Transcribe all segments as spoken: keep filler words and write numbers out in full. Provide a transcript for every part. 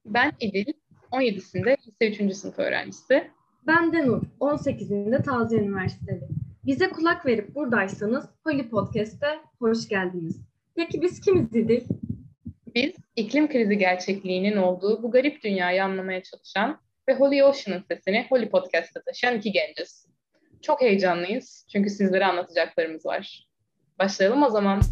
Ben İdil, on yedisinde lise üçüncü sınıf öğrencisi. Ben de Nur, on sekizinde Taze Üniversiteli. Bize kulak verip buradaysanız Holy Podcast'e hoş geldiniz. Peki biz kimiz İdil? Biz iklim krizi gerçekliğinin olduğu bu garip dünyayı anlamaya çalışan ve Holy Ocean'ın sesini Holy Podcast'a taşıyan iki genciz. Çok heyecanlıyız çünkü sizlere anlatacaklarımız var. Başlayalım o zaman.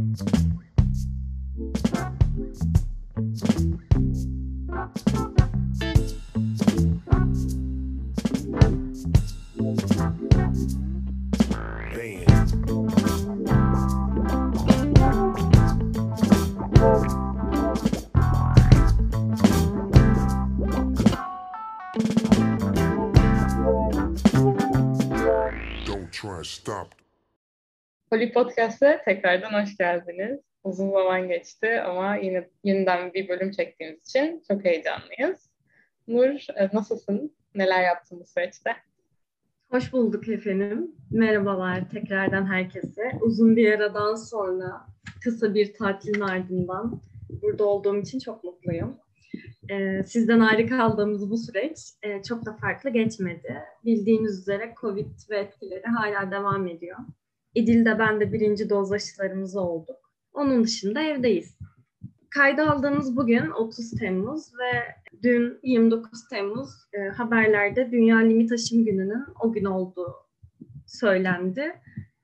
Holy Podcast'a tekrardan hoş geldiniz. Uzun zaman geçti ama yine yeniden bir bölüm çektiğimiz için çok heyecanlıyız. Nur, nasılsın? Neler yaptın bu süreçte? Hoş bulduk efendim. Merhabalar tekrardan herkese. Uzun bir aradan sonra kısa bir tatilin ardından burada olduğum için çok mutluyum. Ee, sizden ayrı kaldığımız bu süreç e, çok da farklı geçmedi. Bildiğiniz üzere Covid ve etkileri hala devam ediyor. İdil'de ben de birinci doz aşılarımız olduk. Onun dışında evdeyiz. Kayda aldığımız bugün otuz Temmuz ve dün yirmi dokuz Temmuz e, haberlerde Dünya Limit Aşım Günü'nün o gün olduğu söylendi.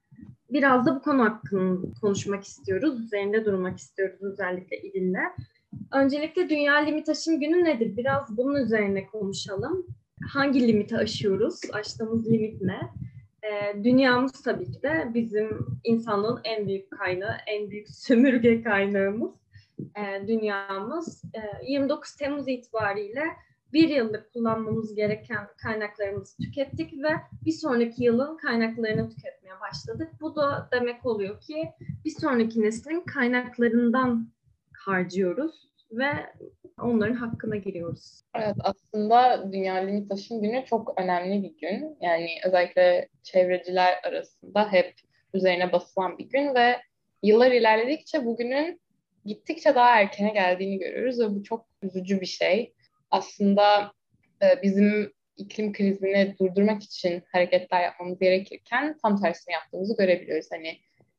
Biraz da bu konu hakkında konuşmak istiyoruz. Üzerinde durmak istiyoruz özellikle İdil'le. Öncelikle Dünya Limit Aşım Günü nedir? Biraz bunun üzerine konuşalım. Hangi limiti aşıyoruz? Aştığımız limit ne? Ee, dünyamız tabii ki de bizim insanlığın en büyük kaynağı, en büyük sömürge kaynağımız. Ee, dünyamız. Ee, yirmi dokuz Temmuz itibariyle bir yıllık kullanmamız gereken kaynaklarımızı tükettik ve bir sonraki yılın kaynaklarını tüketmeye başladık. Bu da demek oluyor ki bir sonraki neslin kaynaklarından harcıyoruz ve onların hakkına giriyoruz. Evet, aslında Dünya Limit Aşım Günü çok önemli bir gün. Yani özellikle çevreciler arasında hep üzerine basılan bir gün ve yıllar ilerledikçe bugünün gittikçe daha erkene geldiğini görüyoruz ve bu çok üzücü bir şey. Aslında e, bizim iklim krizini durdurmak için hareketler yapmamız gerekirken tam tersini yaptığımızı görebiliyoruz. Hani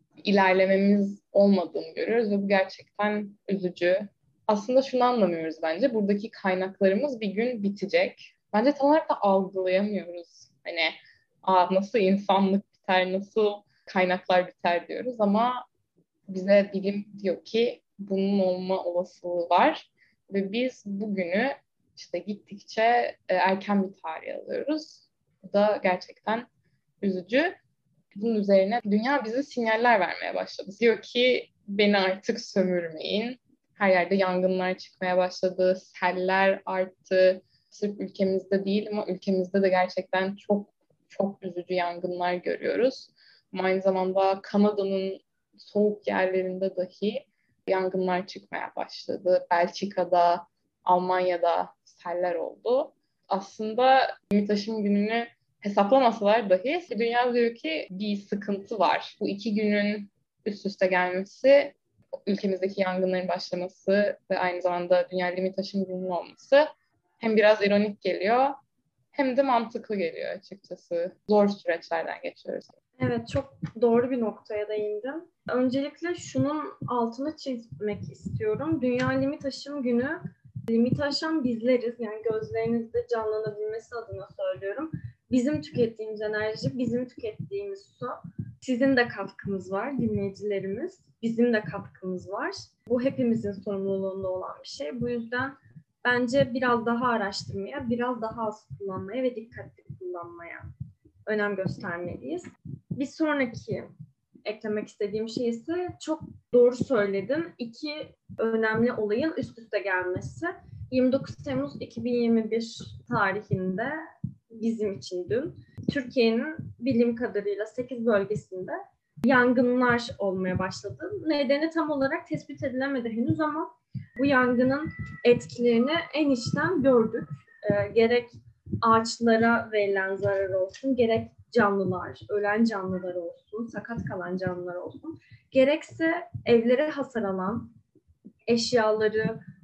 ilerlememiz olmadığını görüyoruz ve bu gerçekten üzücü. Aslında şunu anlamıyoruz bence. Buradaki kaynaklarımız bir gün bitecek. Bence tam olarak da algılayamıyoruz. Hani Aa, nasıl insanlık biter, nasıl kaynaklar biter diyoruz ama bize bilim diyor ki bunun olma olasılığı var. Ve biz bugünü işte gittikçe e, erken bir tarihe alıyoruz. Bu da gerçekten üzücü. Bunun üzerine dünya bize sinyaller vermeye başladı. Diyor ki beni artık sömürmeyin. Her yerde yangınlar çıkmaya başladı, seller arttı. Sırf ülkemizde değil ama ülkemizde de gerçekten çok çok üzücü yangınlar görüyoruz. Ama aynı zamanda Kanada'nın soğuk yerlerinde dahi yangınlar çıkmaya başladı. Belçika'da, Almanya'da seller oldu. Aslında limit aşım gününü hesaplamasalar dahi dünya diyor ki bir sıkıntı var. Bu iki günün üst üste gelmesi, ülkemizdeki yangınların başlaması ve aynı zamanda dünya limit aşım gününün olması hem biraz ironik geliyor hem de mantıklı geliyor açıkçası. Zor süreçlerden geçiyoruz. Evet, çok doğru bir noktaya değindim. Öncelikle şunun altını çizmek istiyorum. Dünya Limit Aşım Günü, limit aşan bizleriz. Yani gözlerinizde canlanabilmesi adına söylüyorum. Bizim tükettiğimiz enerji, bizim tükettiğimiz su. Sizin de katkınız var dinleyicilerimiz. Bizim de katkımız var. Bu hepimizin sorumluluğunda olan bir şey. Bu yüzden bence biraz daha araştırmaya, biraz daha az kullanmaya ve dikkatli kullanmaya önem göstermeliyiz. Bir sonraki eklemek istediğim şey ise çok doğru söyledim. İki önemli olayın üst üste gelmesi. yirmi dokuz Temmuz iki bin yirmi bir tarihinde bizim için dün Türkiye'nin bildiğim kadarıyla sekiz bölgesinde yangınlar olmaya başladı. Nedeni tam olarak tespit edilemedi henüz ama bu yangının etkilerini en içten gördük. E, gerek ağaçlara verilen zarar olsun, gerek canlılar, ölen canlılar olsun, sakat kalan canlılar olsun, gerekse evlere hasar alan, eşyaları,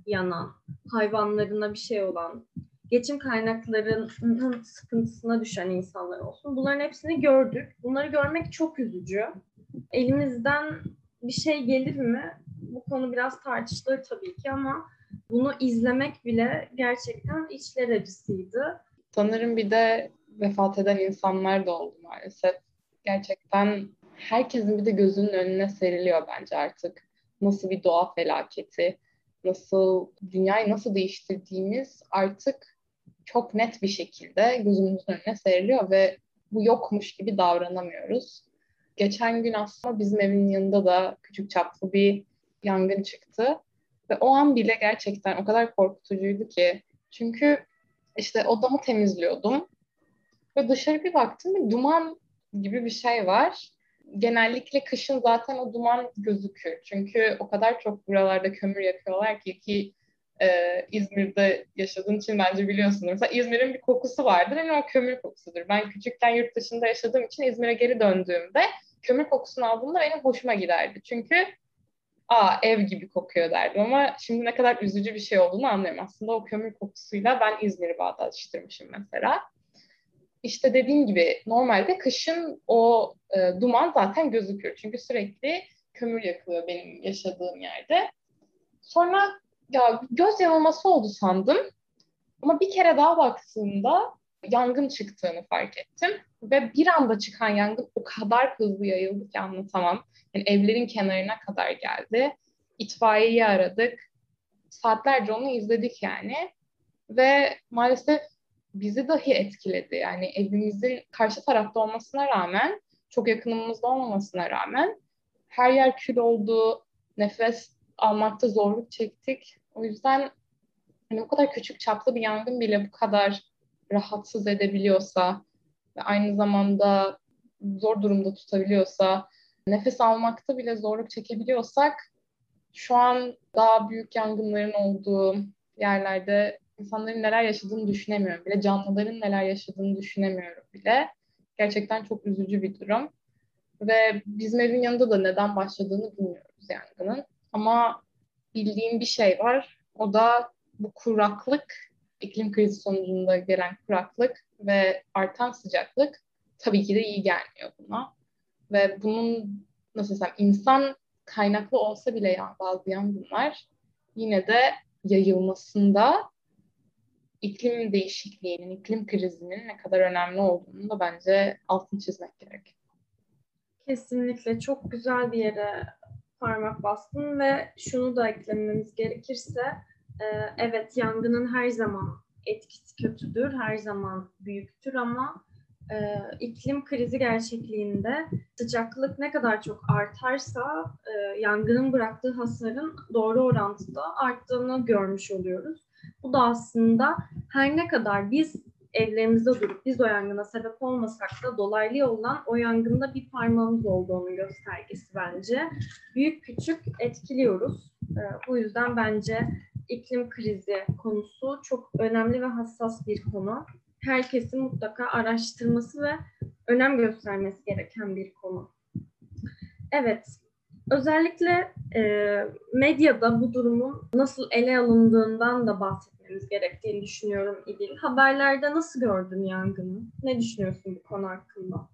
yanan, hayvanlarına bir şey olan, geçim kaynaklarının sıkıntısına düşen insanlar olsun. Bunların hepsini gördük. Bunları görmek çok üzücü. Elimizden bir şey gelir mi? Bu konu biraz tartışılır tabii ki ama bunu izlemek bile gerçekten içler acısıydı. Sanırım bir de vefat eden insanlar da oldu maalesef. Gerçekten herkesin bir de gözünün önüne seriliyor bence artık. Nasıl bir doğa felaketi, nasıl dünyayı nasıl değiştirdiğimiz artık çok net bir şekilde gözümüzün önüne seriliyor ve bu yokmuş gibi davranamıyoruz. Geçen gün aslında bizim evin yanında da küçük çaplı bir yangın çıktı ve o an bile gerçekten o kadar korkutucuydu ki. Çünkü işte odamı temizliyordum ve dışarı bir baktım bir duman gibi bir şey var. Genellikle kışın zaten o duman gözükür. Çünkü o kadar çok buralarda kömür yakıyorlar ki ki e, İzmir'de yaşadığın için bence biliyorsunuz. Mesela İzmir'in bir kokusu vardır. Yani o kömür kokusudur. Ben küçükken yurt dışında yaşadığım için İzmir'e geri döndüğümde kömür kokusunu aldığımda benim hoşuma giderdi. Çünkü aa ev gibi kokuyor derdim ama şimdi ne kadar üzücü bir şey olduğunu anlıyorum. Aslında o kömür kokusuyla ben İzmir'i bağdaştırmışım mesela. İşte dediğim gibi normalde kışın o e, duman zaten gözüküyor. Çünkü sürekli kömür yakılıyor benim yaşadığım yerde. Sonra ya göz yanılması oldu sandım. Ama bir kere daha baktığımda yangın çıktığını fark ettim. Ve bir anda çıkan yangın o kadar hızlı yayıldı ki anlatamam. Yani evlerin kenarına kadar geldi. İtfaiyeyi aradık. Saatlerce onu izledik yani. Ve maalesef bizi dahi etkiledi. Yani evimizin karşı tarafta olmasına rağmen, çok yakınımızda olmamasına rağmen her yer kül oldu. Nefes almakta zorluk çektik. O yüzden hani bu kadar küçük çaplı bir yangın bile bu kadar rahatsız edebiliyorsa ve aynı zamanda zor durumda tutabiliyorsa, nefes almakta bile zorluk çekebiliyorsak şu an daha büyük yangınların olduğu yerlerde insanların neler yaşadığını düşünemiyorum bile. Canlıların neler yaşadığını düşünemiyorum bile. Gerçekten çok üzücü bir durum. Ve bizim evin yanında da neden başladığını bilmiyoruz yangının. Ama bildiğim bir şey var. O da bu kuraklık, iklim krizi sonucunda gelen kuraklık ve artan sıcaklık tabii ki de iyi gelmiyor buna. Ve bunun nasıl desem insan kaynaklı olsa bile ya bazı yangınlar yine de yayılmasında iklim değişikliğinin, iklim krizinin ne kadar önemli olduğunu da bence altını çizmek gerek. Kesinlikle çok güzel bir yere parmak bastın ve şunu da eklememiz gerekirse e, evet yangının her zaman etkisi kötüdür, her zaman büyüktür ama e, iklim krizi gerçekliğinde sıcaklık ne kadar çok artarsa e, yangının bıraktığı hasarın doğru orantıda arttığını görmüş oluyoruz. Bu da aslında her ne kadar biz evlerimizde durup biz o yangına sebep olmasak da dolaylı yoldan o yangında bir parmağımız olduğunu göstergesi bence. Büyük küçük etkiliyoruz. Ee, bu yüzden bence iklim krizi konusu çok önemli ve hassas bir konu. Herkesin mutlaka araştırması ve önem göstermesi gereken bir konu. Evet, özellikle e, medyada bu durumun nasıl ele alındığından da bahsetmemiz gerektiğini düşünüyorum İdil. Haberlerde nasıl gördün yangını? Ne düşünüyorsun bu konu hakkında?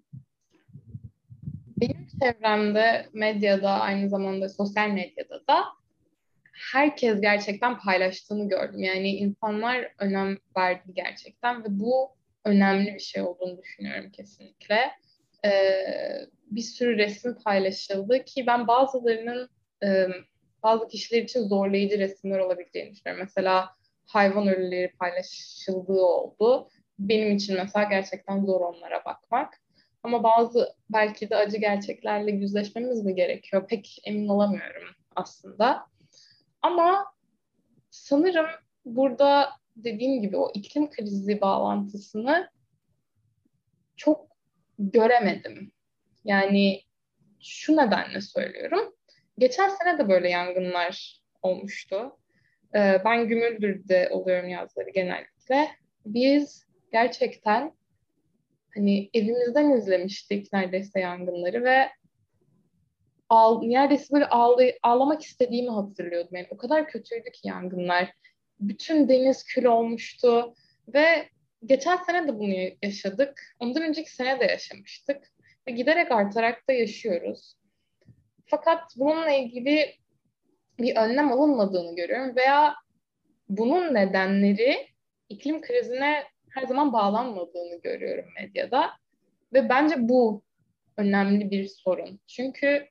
Benim çevremde, medyada, aynı zamanda sosyal medyada da herkes gerçekten paylaştığını gördüm. Yani insanlar önem verdi gerçekten ve bu önemli bir şey olduğunu düşünüyorum kesinlikle. Ee, bir sürü resim paylaşıldı ki ben bazılarının e, bazı kişiler için zorlayıcı resimler olabileceğini düşünüyorum. Mesela hayvan ölüleri paylaşıldığı oldu. Benim için mesela gerçekten zor onlara bakmak. Ama bazı belki de acı gerçeklerle yüzleşmemiz mi gerekiyor? Pek emin olamıyorum aslında. Ama sanırım burada dediğim gibi o iklim krizi bağlantısını çok göremedim. Yani şu nedenle söylüyorum. Geçen sene de böyle yangınlar olmuştu. Ee, ben Gümüldür'de oluyorum yazları genellikle. Biz gerçekten hani evimizden izlemiştik neredeyse yangınları ve ağl neredeyse böyle ağlay ağlamak istediğimi hatırlıyordum. Yani o kadar kötüydü ki yangınlar. Bütün deniz kül olmuştu ve geçen sene de bunu yaşadık. Ondan önceki sene de yaşamıştık. Ve giderek artarak da yaşıyoruz. Fakat bununla ilgili bir önlem alınmadığını görüyorum veya bunun nedenleri iklim krizine her zaman bağlanmadığını görüyorum medyada. Ve bence bu önemli bir sorun. Çünkü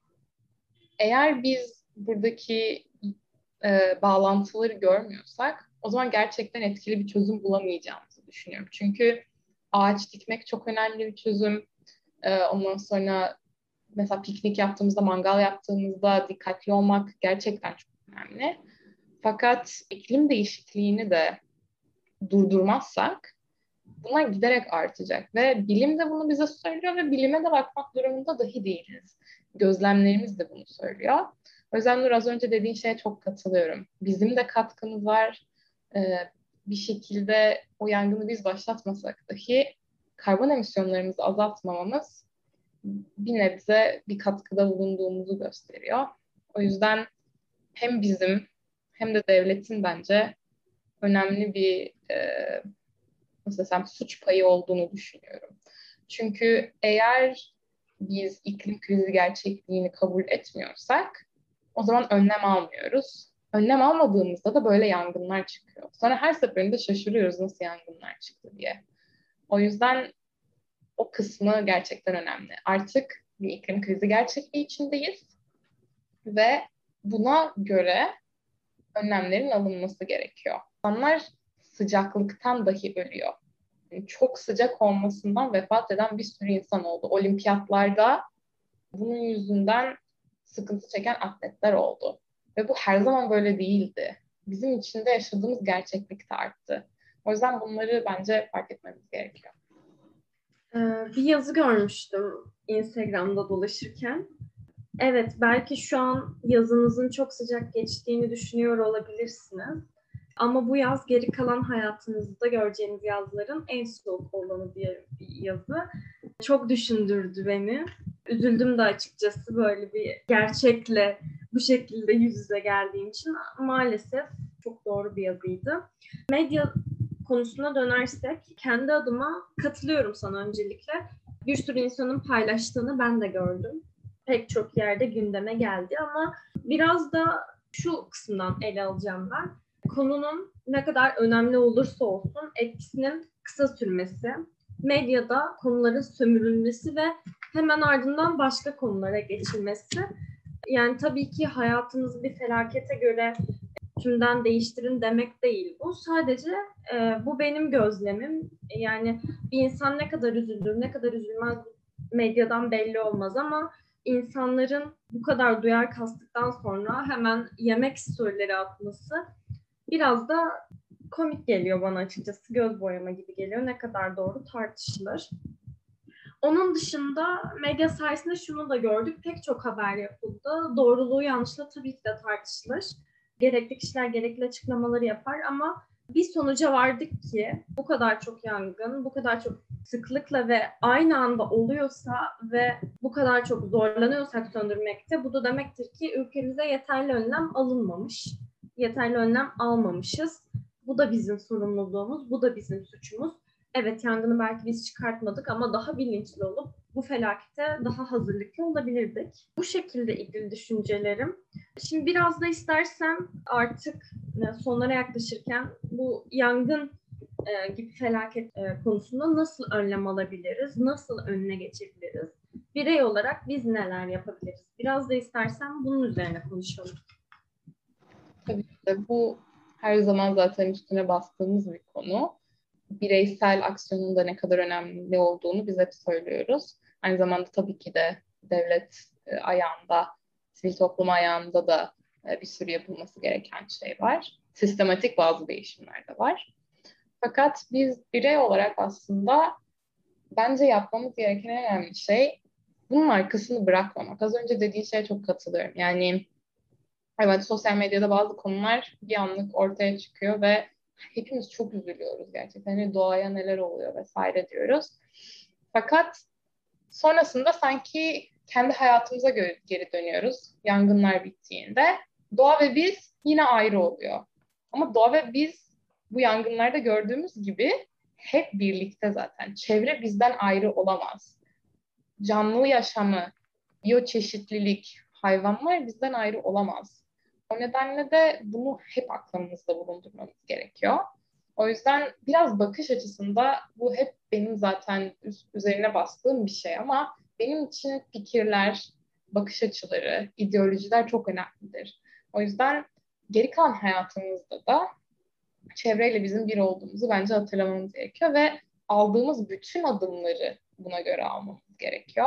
eğer biz buradaki e, bağlantıları görmüyorsak o zaman gerçekten etkili bir çözüm bulamayacağımızı düşünüyorum. Çünkü ağaç dikmek çok önemli bir çözüm. E, ondan sonra mesela piknik yaptığımızda, mangal yaptığımızda dikkatli olmak gerçekten çok önemli. Fakat iklim değişikliğini de durdurmazsak bunlar giderek artacak ve bilim de bunu bize söylüyor ve bilime de bakmak durumunda dahi değiliz. Gözlemlerimiz de bunu söylüyor. O yüzden Nur az önce dediğin şeye çok katılıyorum. Bizim de katkımız var. Ee, bir şekilde o yangını biz başlatmasak dahi karbon emisyonlarımızı azaltmamamız bir nebze bir katkıda bulunduğumuzu gösteriyor. O yüzden hem bizim hem de devletin bence önemli bir e, nasıl desem suç payı olduğunu düşünüyorum. Çünkü eğer biz iklim krizi gerçekliğini kabul etmiyorsak o zaman önlem almıyoruz. Önlem almadığımızda da böyle yangınlar çıkıyor. Sonra her seferinde şaşırıyoruz nasıl yangınlar çıktı diye. O yüzden o kısmı gerçekten önemli. Artık bir iklim krizi gerçekliği içindeyiz ve buna göre önlemlerin alınması gerekiyor. İnsanlar sıcaklıktan dahi ölüyor. Yani çok sıcak olmasından vefat eden bir sürü insan oldu. Olimpiyatlarda bunun yüzünden sıkıntı çeken atletler oldu. Ve bu her zaman böyle değildi. Bizim içinde yaşadığımız gerçeklik de arttı. O yüzden bunları bence fark etmemiz gerekiyor. Ee, bir yazı görmüştüm Instagram'da dolaşırken. Evet, belki şu an yazınızın çok sıcak geçtiğini düşünüyor olabilirsiniz. Ama bu yaz geri kalan hayatınızda göreceğiniz yazların en soğuk olanı diye bir yazı. Çok düşündürdü beni. Üzüldüm de açıkçası böyle bir gerçekle bu şekilde yüz yüze geldiğim için. Maalesef çok doğru bir yazıydı. Medya konusuna dönersek kendi adıma katılıyorum sana öncelikle. Bir sürü insanın paylaştığını ben de gördüm. Pek çok yerde gündeme geldi ama biraz da şu kısımdan ele alacağım ben. Konunun ne kadar önemli olursa olsun etkisinin kısa sürmesi, medyada konuların sömürülmesi ve hemen ardından başka konulara geçilmesi. Yani tabii ki hayatınızı bir felakete göre tümden değiştirin demek değil bu. Sadece e, bu benim gözlemim. Yani bir insan ne kadar üzülür, ne kadar üzülmez medyadan belli olmaz ama insanların bu kadar duyar kastıktan sonra hemen yemek storyleri atması biraz da komik geliyor bana açıkçası. Göz boyama gibi geliyor. Ne kadar doğru tartışılır. Onun dışında medya sayesinde şunu da gördük. Pek çok haber yapıldı. Doğruluğu yanlışlığı tabii ki de tartışılır. Gerekli kişiler gerekli açıklamaları yapar ama bir sonuca vardık ki bu kadar çok yangın, bu kadar çok sıklıkla ve aynı anda oluyorsa ve bu kadar çok zorlanıyorsak söndürmekte, bu da demektir ki ülkemize yeterli önlem alınmamış. Yeterli önlem almamışız. Bu da bizim sorumluluğumuz, bu da bizim suçumuz. Evet, yangını belki biz çıkartmadık ama daha bilinçli olup bu felakete daha hazırlıklı olabilirdik. Bu şekilde ilgili düşüncelerim. Şimdi biraz da istersem artık sonlara yaklaşırken bu yangın e, gibi felaket e, konusunda nasıl önlem alabiliriz, nasıl önüne geçebiliriz? Birey olarak biz neler yapabiliriz? Biraz da istersen bunun üzerine konuşalım. Tabii ki de bu her zaman zaten üstüne bastığımız bir konu. Bireysel aksiyonun da ne kadar önemli olduğunu biz hep söylüyoruz. Aynı zamanda tabii ki de devlet e, ayağında, sivil toplum ayağında da e, bir sürü yapılması gereken şey var. Sistematik bazı değişimler de var. Fakat biz birey olarak aslında bence yapmamız gereken en önemli şey bunun arkasını bırakmamak. Az önce dediğin şeye çok katılıyorum. Yani evet, sosyal medyada bazı konular bir anlık ortaya çıkıyor ve hepimiz çok üzülüyoruz gerçekten. Hani doğaya neler oluyor vesaire diyoruz. Fakat sonrasında sanki kendi hayatımıza gö- geri dönüyoruz yangınlar bittiğinde. Doğa ve biz yine ayrı oluyor. Ama doğa ve biz bu yangınlarda gördüğümüz gibi hep birlikte zaten. Çevre bizden ayrı olamaz. Canlı yaşamı, biyoçeşitlilik, hayvanlar bizden ayrı olamaz. O nedenle de bunu hep aklımızda bulundurmamız gerekiyor. O yüzden biraz bakış açısında bu hep benim zaten üzerine bastığım bir şey ama benim için fikirler, bakış açıları, ideolojiler çok önemlidir. O yüzden geri kalan hayatımızda da çevreyle bizim bir olduğumuzu bence hatırlamamız gerekiyor ve aldığımız bütün adımları buna göre almamız gerekiyor.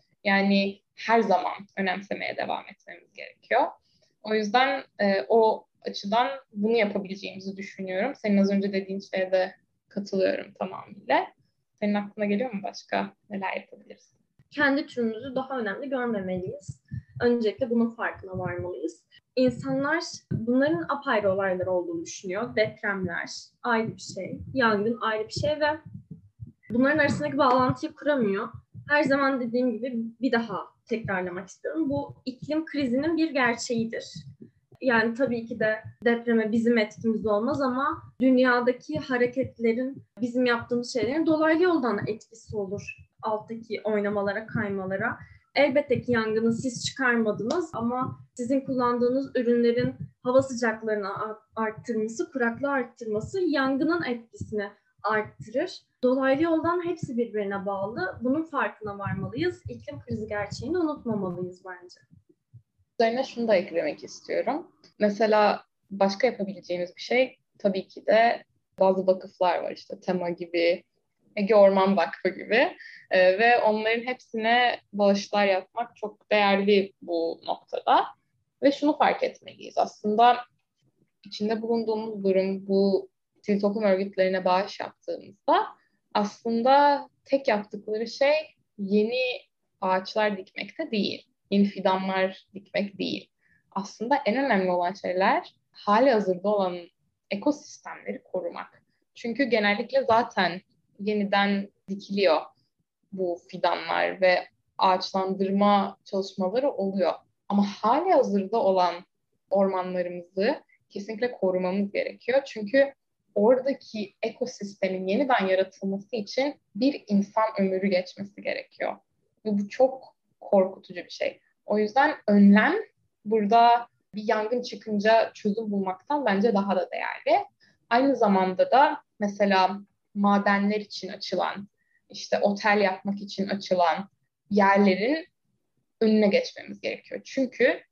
Yani her zaman önemsemeye devam etmemiz gerekiyor. O yüzden e, o açıdan bunu yapabileceğimizi düşünüyorum. Senin az önce dediğin şeye de katılıyorum tamamıyla. Senin aklına geliyor mu başka neler yapabiliriz? Kendi türümüzü daha önemli görmemeliyiz. Öncelikle bunun farkına varmalıyız. İnsanlar bunların apayrı olaylar olduğunu düşünüyor. Depremler ayrı bir şey, yangın ayrı bir şey ve bunların arasındaki bağlantıyı kuramıyor. Her zaman dediğim gibi bir daha tekrarlamak istiyorum. Bu iklim krizinin bir gerçeğidir. Yani tabii ki de depreme bizim etkimiz olmaz ama dünyadaki hareketlerin, bizim yaptığımız şeylerin dolaylı yoldan etkisi olur. Alttaki oynamalara, kaymalara. Elbette ki yangını siz çıkarmadınız ama sizin kullandığınız ürünlerin hava sıcaklarını arttırması, kuraklığı arttırması yangının etkisini arttırır. Dolaylı yoldan hepsi birbirine bağlı. Bunun farkına varmalıyız. İklim krizi gerçeğini unutmamalıyız bence. Üzerine şunu da eklemek istiyorum. Mesela başka yapabileceğimiz bir şey tabii ki de bazı vakıflar var işte Tema gibi, Ege Orman Vakfı gibi ee, ve onların hepsine bağışlar yapmak çok değerli bu noktada. Ve şunu fark etmeliyiz aslında içinde bulunduğumuz durum bu sivil toplum örgütlerine bağış yaptığımızda aslında tek yaptıkları şey yeni ağaçlar dikmekte değil. Yeni fidanlar dikmek değil. Aslında en önemli olan şeyler hali hazırda olan ekosistemleri korumak. Çünkü genellikle zaten yeniden dikiliyor bu fidanlar ve ağaçlandırma çalışmaları oluyor. Ama hali hazırda olan ormanlarımızı kesinlikle korumamız gerekiyor. Çünkü oradaki ekosistemin yeniden yaratılması için bir insan ömrü geçmesi gerekiyor. Ve bu çok korkutucu bir şey. O yüzden önlem burada bir yangın çıkınca çözüm bulmaktan bence daha da değerli. Aynı zamanda da mesela madenler için açılan, işte otel yapmak için açılan yerlerin önüne geçmemiz gerekiyor. Çünkü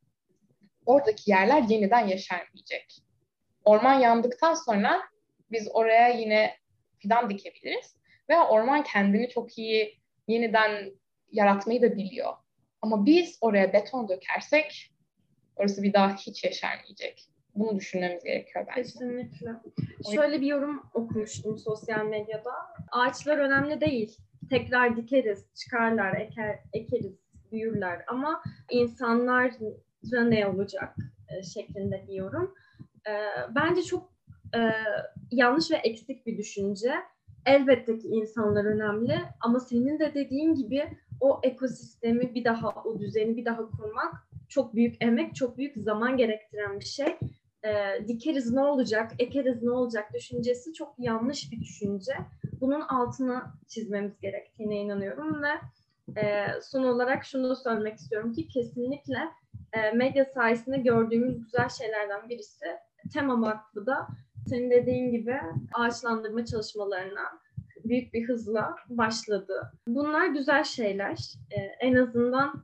oradaki yerler yeniden yeşermeyecek. Orman yandıktan sonra biz oraya yine fidan dikebiliriz ve orman kendini çok iyi yeniden yaratmayı da biliyor. Ama biz oraya beton dökersek orası bir daha hiç yeşermeyecek. Bunu düşünmemiz gerekiyor bence. Kesinlikle. Şöyle bir yorum okumuştum sosyal medyada. Ağaçlar önemli değil. Tekrar dikeriz, çıkarlar, eker, ekeriz, büyürler. Ama insanlara ne olacak e, şeklinde bir yorum. E, bence çok e, yanlış ve eksik bir düşünce. Elbette ki insanlar önemli ama senin de dediğin gibi o ekosistemi bir daha, o düzeni bir daha kurmak çok büyük emek, çok büyük zaman gerektiren bir şey. E, dikeriz ne olacak, ekeriz ne olacak düşüncesi çok yanlış bir düşünce. Bunun altını çizmemiz gerektiğine inanıyorum ve e, son olarak şunu da söylemek istiyorum ki kesinlikle e, medya sayesinde gördüğümüz güzel şeylerden birisi Tema Vakfı da senin dediğin gibi ağaçlandırma çalışmalarına büyük bir hızla başladı. Bunlar güzel şeyler. E, en azından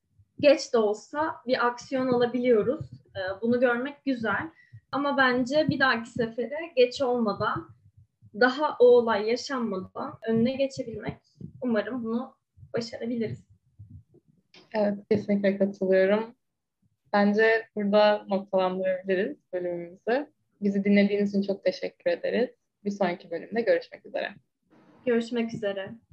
geç de olsa bir aksiyon alabiliyoruz. E, bunu görmek güzel. Ama bence bir dahaki sefere geç olmadan, daha o olay yaşanmadan önüne geçebilmek. Umarım bunu başarabiliriz. Evet, kesinlikle katılıyorum. Bence burada noktalandırabiliriz bölümümüzü. Bizi dinlediğiniz için çok teşekkür ederiz. Bir sonraki bölümde görüşmek üzere. Görüşmek üzere.